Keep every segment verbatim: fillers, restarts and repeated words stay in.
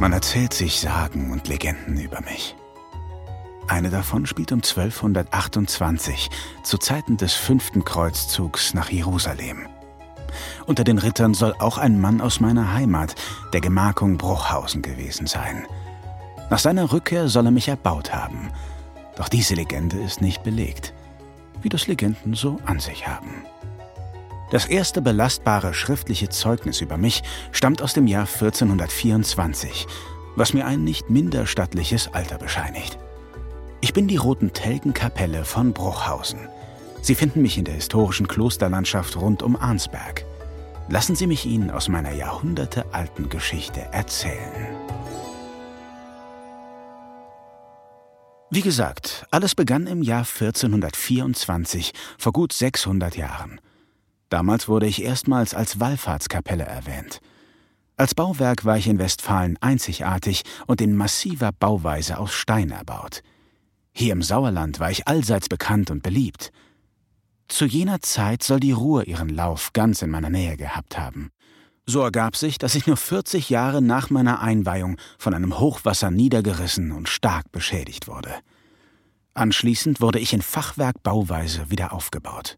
Man erzählt sich Sagen und Legenden über mich. Eine davon spielt um zwölfhundertachtundzwanzig, zu Zeiten des fünften Kreuzzugs nach Jerusalem. Unter den Rittern soll auch ein Mann aus meiner Heimat, der Gemarkung Bruchhausen, gewesen sein. Nach seiner Rückkehr soll er mich erbaut haben. Doch diese Legende ist nicht belegt, wie das Legenden so an sich haben. Das erste belastbare schriftliche Zeugnis über mich stammt aus dem Jahr vierzehnhundertvierundzwanzig, was mir ein nicht minder stattliches Alter bescheinigt. Ich bin die Roten-Telgen-Kapelle von Bruchhausen. Sie finden mich in der historischen Klosterlandschaft rund um Arnsberg. Lassen Sie mich Ihnen aus meiner jahrhundertealten Geschichte erzählen. Wie gesagt, alles begann im Jahr vierzehnhundertvierundzwanzig, vor gut sechshundert Jahren. Damals wurde ich erstmals als Wallfahrtskapelle erwähnt. Als Bauwerk war ich in Westfalen einzigartig und in massiver Bauweise aus Stein erbaut. Hier im Sauerland war ich allseits bekannt und beliebt. Zu jener Zeit soll die Ruhr ihren Lauf ganz in meiner Nähe gehabt haben. So ergab sich, dass ich nur vierzig Jahre nach meiner Einweihung von einem Hochwasser niedergerissen und stark beschädigt wurde. Anschließend wurde ich in Fachwerkbauweise wieder aufgebaut.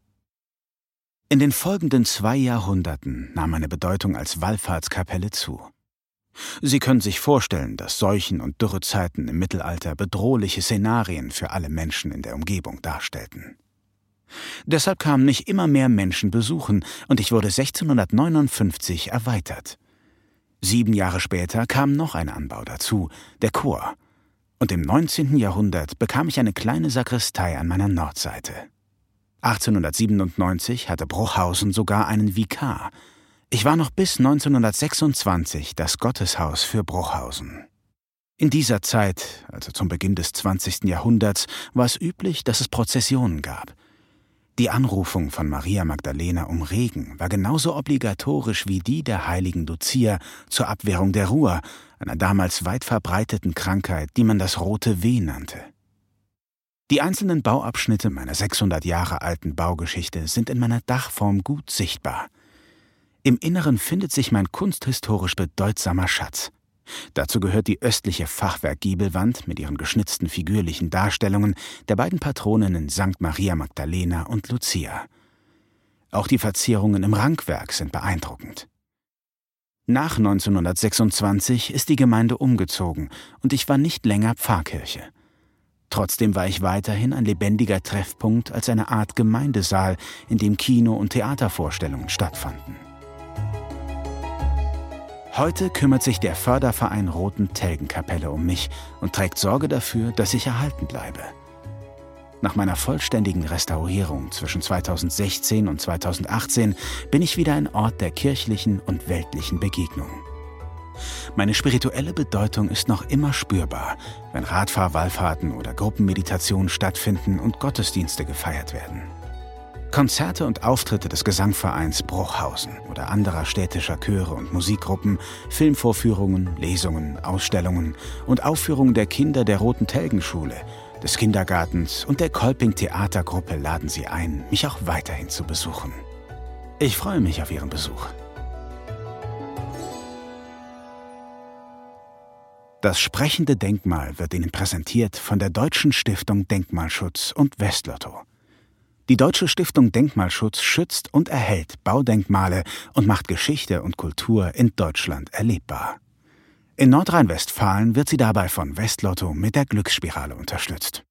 In den folgenden zwei Jahrhunderten nahm meine Bedeutung als Wallfahrtskapelle zu. Sie können sich vorstellen, dass Seuchen und Dürrezeiten im Mittelalter bedrohliche Szenarien für alle Menschen in der Umgebung darstellten. Deshalb kamen mich immer mehr Menschen besuchen und ich wurde sechzehnhundertneunundfünfzig erweitert. Sieben Jahre später kam noch ein Anbau dazu, der Chor. Und im neunzehnten Jahrhundert bekam ich eine kleine Sakristei an meiner Nordseite. achtzehnhundertsiebenundneunzig hatte Bruchhausen sogar einen Vikar. Ich war noch bis neunzehnhundertsechsundzwanzig das Gotteshaus für Bruchhausen. In dieser Zeit, also zum Beginn des zwanzigsten Jahrhunderts, war es üblich, dass es Prozessionen gab. Die Anrufung von Maria Magdalena um Regen war genauso obligatorisch wie die der heiligen Lucia zur Abwehrung der Ruhr, einer damals weit verbreiteten Krankheit, die man das Rote Weh nannte. Die einzelnen Bauabschnitte meiner sechshundert Jahre alten Baugeschichte sind in meiner Dachform gut sichtbar. Im Inneren findet sich mein kunsthistorisch bedeutsamer Schatz. Dazu gehört die östliche Fachwerkgiebelwand mit ihren geschnitzten figürlichen Darstellungen der beiden Patroninnen Sankt Maria Magdalena und Lucia. Auch die Verzierungen im Rankwerk sind beeindruckend. Nach neunzehnhundertsechsundzwanzig ist die Gemeinde umgezogen und ich war nicht länger Pfarrkirche. Trotzdem war ich weiterhin ein lebendiger Treffpunkt als eine Art Gemeindesaal, in dem Kino- und Theatervorstellungen stattfanden. Heute kümmert sich der Förderverein Roten-Telgen-Kapelle um mich und trägt Sorge dafür, dass ich erhalten bleibe. Nach meiner vollständigen Restaurierung zwischen zweitausendsechzehn und zweitausendachtzehn bin ich wieder ein Ort der kirchlichen und weltlichen Begegnung. Meine spirituelle Bedeutung ist noch immer spürbar, wenn Radfahr-Wallfahrten oder Gruppenmeditationen stattfinden und Gottesdienste gefeiert werden. Konzerte und Auftritte des Gesangvereins Bruchhausen oder anderer städtischer Chöre und Musikgruppen, Filmvorführungen, Lesungen, Ausstellungen und Aufführungen der Kinder der Roten-Telgen-Schule, des Kindergartens und der Kolping-Theatergruppe laden Sie ein, mich auch weiterhin zu besuchen. Ich freue mich auf Ihren Besuch. Das sprechende Denkmal wird Ihnen präsentiert von der Deutschen Stiftung Denkmalschutz und Westlotto. Die Deutsche Stiftung Denkmalschutz schützt und erhält Baudenkmale und macht Geschichte und Kultur in Deutschland erlebbar. In Nordrhein-Westfalen wird sie dabei von Westlotto mit der Glücksspirale unterstützt.